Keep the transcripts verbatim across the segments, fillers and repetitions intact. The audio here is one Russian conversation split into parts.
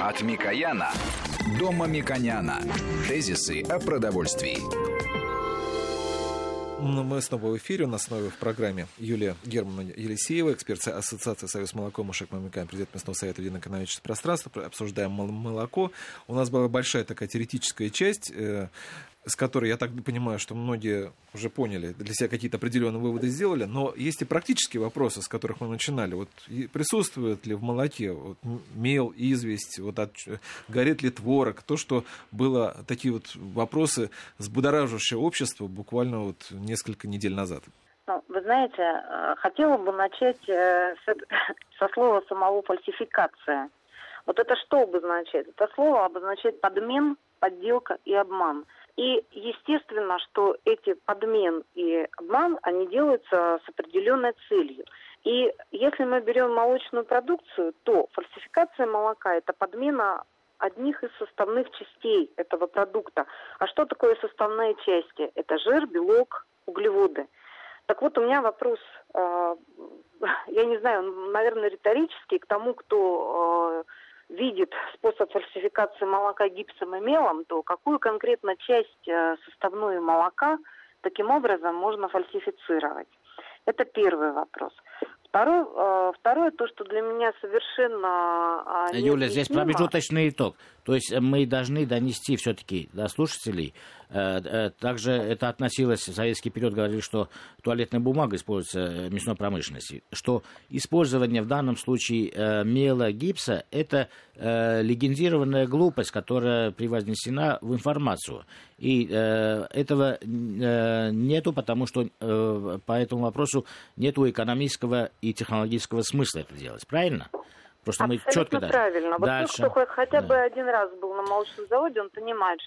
От Микояна до Мамиконяна. Тезисы о продовольствии. Мы снова в эфире. У нас снова в программе Юлия Германовна Елисеева, эксперт Ассоциации «Союз молоко», Мушек Мамикоян, президент местного совета единого экономического пространства. Обсуждаем молоко. У нас была большая такая теоретическая часть, с которой, я так понимаю, что многие уже поняли, для себя какие-то определенные выводы сделали, но есть и практические вопросы, с которых мы начинали. Вот присутствует ли в молоке вот, мел, известь, вот, от, горит ли творог, то, что было такие вот вопросы, взбудоражившие общество буквально вот несколько недель назад. Ну, вы знаете, хотела бы начать с, со слова самого фальсификация. Вот это что обозначает? Это слово обозначает подмен, подделка и обман. И естественно, что эти подмен и обман, они делаются с определенной целью. И если мы берем молочную продукцию, то фальсификация молока – это подмена одних из составных частей этого продукта. А что такое составные части? Это жир, белок, углеводы. Так вот, у меня вопрос, э, я не знаю, наверное, риторический к тому, кто... Э, видит способ фальсификации молока гипсом и мелом, то какую конкретно часть составную молока таким образом можно фальсифицировать? Это первый вопрос. Второй, второе, то, что для меня совершенно... Юля, здесь промежуточный итог. То есть мы должны донести все-таки до слушателей. Также это относилось, в советский период говорили, что туалетная бумага используется в мясной промышленности. Что использование в данном случае мела, гипса – это легендированная глупость, которая превознесена в информацию. И этого нету, потому что по этому вопросу нету экономического и технологического смысла это делать. Правильно? Просто Абсолютно мы четко правильно. Вот дальше. тот, кто хотя да. бы один раз был на молочном заводе, он понимает,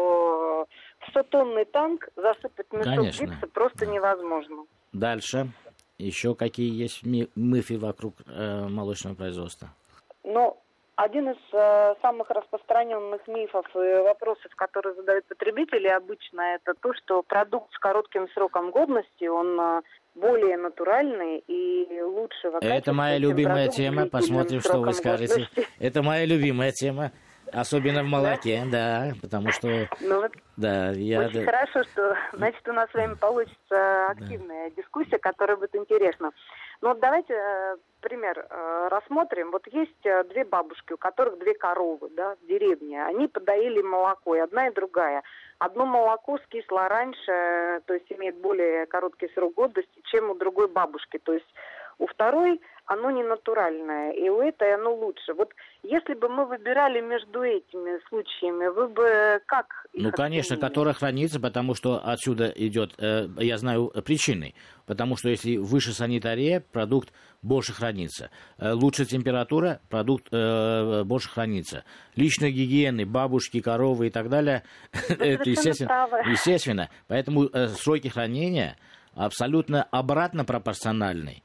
что сто-тонный танк засыпать мешок гипса просто да. невозможно. Дальше. Еще какие есть мифы вокруг э, молочного производства? Ну, один из э, самых распространенных мифов и вопросов, которые задают потребители обычно, это то, что продукт с коротким сроком годности, он... Э, более натуральные и лучшего качества. Это моя любимая тема. Посмотрим, что вы скажете. Годности. Это моя любимая тема. Особенно в молоке, да, да потому что... Ну, вот да, я... Очень хорошо, что, значит, у нас с вами получится активная да. дискуссия, которая будет интересна. Ну, вот давайте пример рассмотрим. Вот есть две бабушки, у которых две коровы, да, в деревне. Они подоили молоко, и одна, и другая. Одно молоко скисло раньше, то есть имеет более короткий срок годности, чем у другой бабушки. То есть у второй оно не натуральное, и у этой оно лучше. Вот если бы мы выбирали между этими случаями, вы бы как их Ну, конечно, оценили? Которая хранится, потому что отсюда идет, э, я знаю причины. Потому что если выше санитария, продукт больше хранится. Э, лучше температура, продукт э, больше хранится. Личной гигиены, бабушки, коровы и так далее, это естественно, естественно. Поэтому э, сроки хранения абсолютно обратно пропорциональны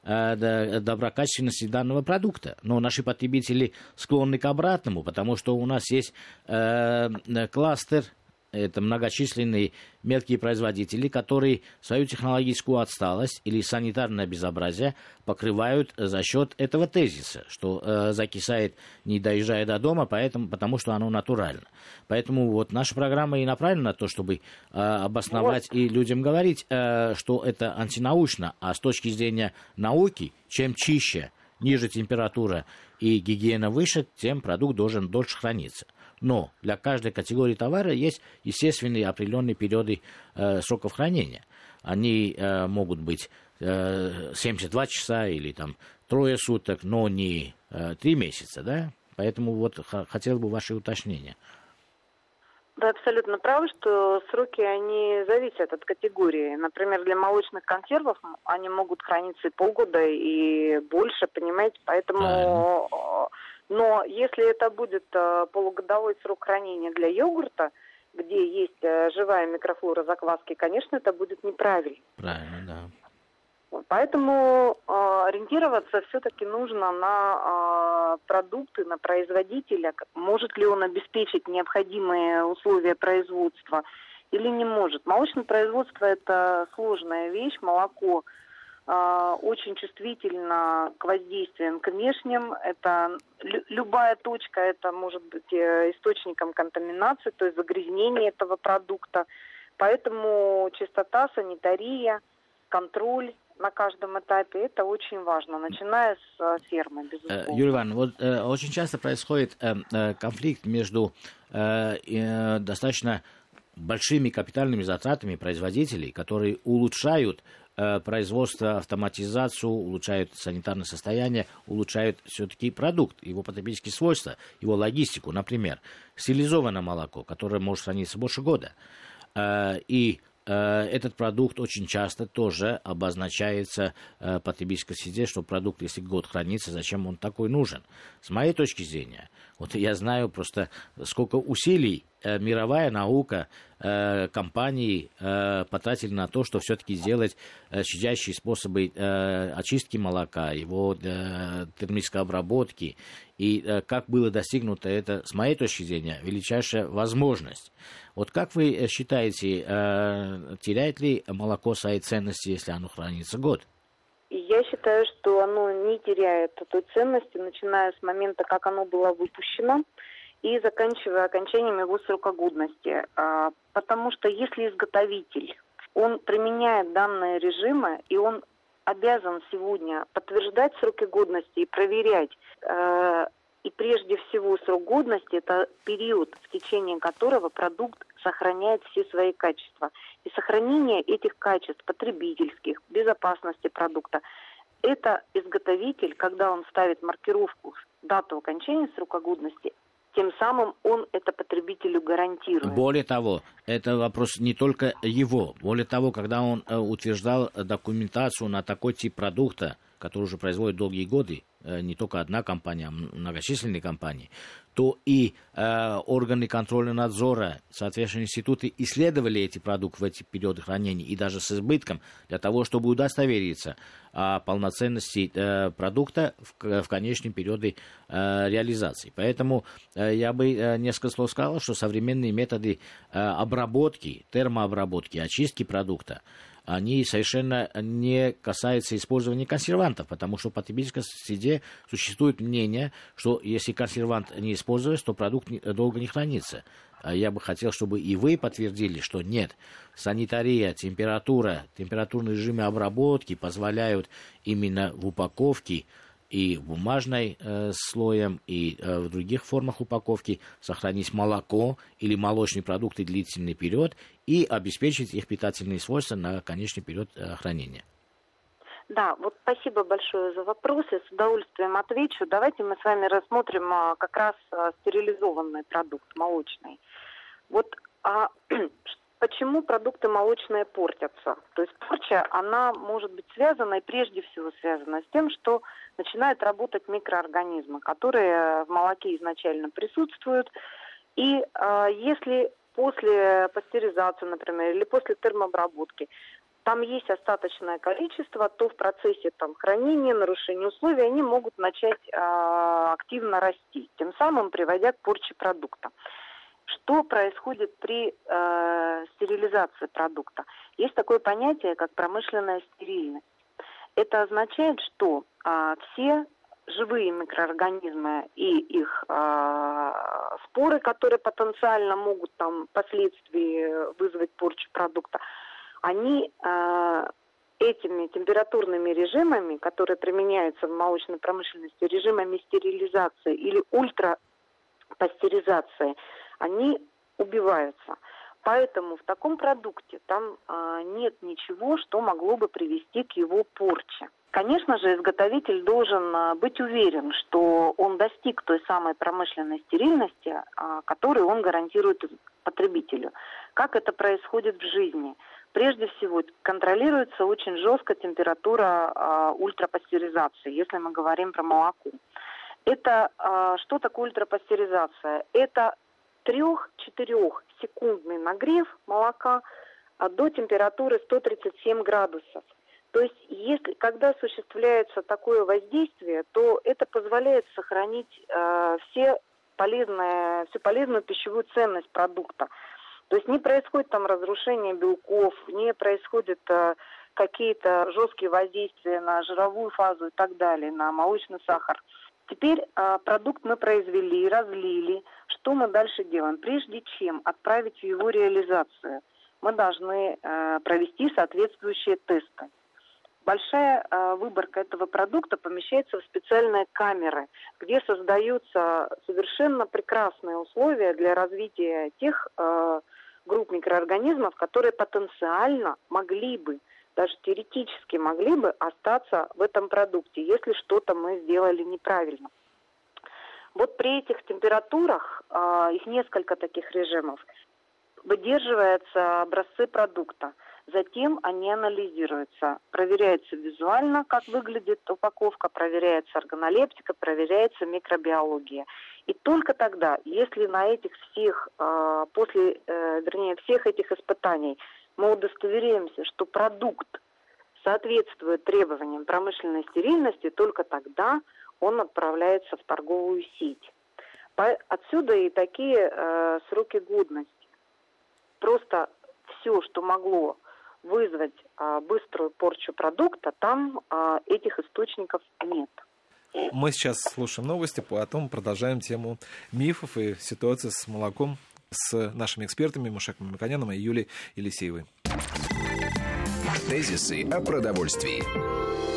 доброкачественности данного продукта. Но наши потребители склонны к обратному, потому что у нас есть э, кластер, это многочисленные мелкие производители, которые свою технологическую отсталость или санитарное безобразие покрывают за счет этого тезиса, что э, закисает, не доезжая до дома, поэтому, потому что оно натурально. Поэтому вот наша программа и направлена на то, чтобы э, обосновать вот. И людям говорить, э, что это антинаучно, а с точки зрения науки, чем чище, ниже температура и гигиена выше, тем продукт должен дольше храниться. Но для каждой категории товара есть естественные определенные периоды э, сроков хранения. Они э, могут быть э, семьдесят два часа или там трое суток, но не э, три месяца, да? Поэтому вот х- хотел бы ваши уточнения. Вы абсолютно правы, что сроки, они зависят от категории. Например, для молочных консервов они могут храниться и полгода, и больше, понимаете, поэтому... Правильно. Но если это будет э, полугодовой срок хранения для йогурта, где есть э, живая микрофлора закваски, конечно, это будет неправильно. Правильно, да. Поэтому э, ориентироваться все-таки нужно на э, продукты, на производителя. Может ли он обеспечить необходимые условия производства или не может. Молочное производство – это сложная вещь. Молоко очень чувствительна к воздействиям к внешним. Это любая точка, это может быть источником контаминации, то есть загрязнения этого продукта. Поэтому чистота, санитария, контроль на каждом этапе, это очень важно, начиная с фермы, безусловно. Юрий Иванович, вот э, очень часто происходит э, э, конфликт между э, э, достаточно большими капитальными затратами производителей, которые улучшают э, производство, автоматизацию, улучшают санитарное состояние, улучшают все-таки продукт, его потребительские свойства, его логистику. Например, стерилизованное молоко, которое может храниться больше года. Э, и этот продукт очень часто тоже обозначается э, потребительской среде, что продукт, если год хранится, зачем он такой нужен? С моей точки зрения, вот я знаю просто, сколько усилий э, мировая наука, э, компании э, потратили на то, что все-таки сделать э, щадящие способы э, очистки молока, его э, термической обработки. И э, как было достигнуто это, с моей точки зрения, величайшая возможность. Вот как вы считаете, э, теряет ли молоко своей ценности, если оно хранится год? Я считаю, что оно не теряет той ценности, начиная с момента, как оно было выпущено, и заканчивая окончанием его срока годности. А, потому что если изготовитель, он применяет данные режимы, и он обязан сегодня подтверждать сроки годности и проверять. Э, и прежде всего срок годности – это период, в течение которого продукт сохраняет все свои качества. И сохранение этих качеств потребительских, безопасности продукта – это изготовитель, когда он ставит маркировку дату окончания срока годности, тем самым он это потребителю гарантирует. Более того, это вопрос не только его. Более того, когда он э, утверждал документацию на такой тип продукта, который уже производит долгие годы, э, не только одна компания, а многочисленные компании, то и э, органы контроля надзора, соответственно, институты исследовали эти продукты в эти периоды хранения и даже с избытком для того, чтобы удостовериться о полноценности э, продукта в, в конечном периоде э, реализации. Поэтому э, я бы э, несколько слов сказал, что современные методы э, обработки, термообработки, очистки продукта, они совершенно не касаются использования консервантов, потому что в потребительской среде существует мнение, что если консервант не используется, то продукт долго не хранится. Я бы хотел, чтобы и вы подтвердили, что нет. Санитария, температура, температурные режимы обработки позволяют именно в упаковке и бумажной э, слоем, и э, в других формах упаковки сохранить молоко или молочные продукты длительный период и обеспечить их питательные свойства на конечный период э, хранения. Да, вот спасибо большое за вопрос, я с удовольствием отвечу. Давайте мы с вами рассмотрим а, как раз а, стерилизованный продукт молочный. Вот а, почему продукты молочные портятся? То есть порча, она может быть связана и прежде всего связана с тем, что начинают работать микроорганизмы, которые в молоке изначально присутствуют. И э, если после пастеризации, например, или после термообработки там есть остаточное количество, то в процессе там, хранения, нарушения условий они могут начать э, активно расти, тем самым приводя к порче продукта. Что происходит при э, стерилизации продукта? Есть такое понятие, как промышленная стерильность. Это означает, что э, все живые микроорганизмы и их э, споры, которые потенциально могут там впоследствии вызвать порчу продукта, они э, этими температурными режимами, которые применяются в молочной промышленности, режимами стерилизации или ультрапастеризации, они убиваются. Поэтому в таком продукте там а, нет ничего, что могло бы привести к его порче. Конечно же, изготовитель должен а, быть уверен, что он достиг той самой промышленной стерильности, а, которую он гарантирует потребителю. Как это происходит в жизни? Прежде всего, контролируется очень жестко температура а, ультрапастеризации, если мы говорим про молоко. Это а, что такое ультрапастеризация? Это три-четыре-секундный нагрев молока до температуры сто тридцать семь градусов. То есть, если, когда осуществляется такое воздействие, то это позволяет сохранить э, все полезные, всю полезную пищевую ценность продукта. То есть не происходит там разрушение белков, не происходит э, какие-то жесткие воздействия на жировую фазу и так далее, на молочный сахар. Теперь э, продукт мы произвели, разлили. Что мы дальше делаем? Прежде чем отправить в его реализацию, мы должны э, провести соответствующие тесты. Большая э, выборка этого продукта помещается в специальные камеры, где создаются совершенно прекрасные условия для развития тех э, групп микроорганизмов, которые потенциально могли бы, даже теоретически могли бы остаться в этом продукте, если что-то мы сделали неправильно. Вот при этих температурах, э, их несколько таких режимов, выдерживаются образцы продукта. Затем они анализируются. Проверяется визуально, как выглядит упаковка, проверяется органолептика, проверяется микробиология. И только тогда, если на этих всех, э, после, э, вернее, всех этих испытаний мы удостоверяемся, что продукт соответствует требованиям промышленной стерильности, только тогда он отправляется в торговую сеть. По, отсюда и такие э, сроки годности. Просто все, что могло вызвать а, быструю порчу продукта, там а, этих источников нет. Мы сейчас слушаем новости, потом продолжаем тему мифов и ситуации с молоком с нашими экспертами Мушеком Мамиканяном и Юлией Елисеевой. Тезисы о продовольствии.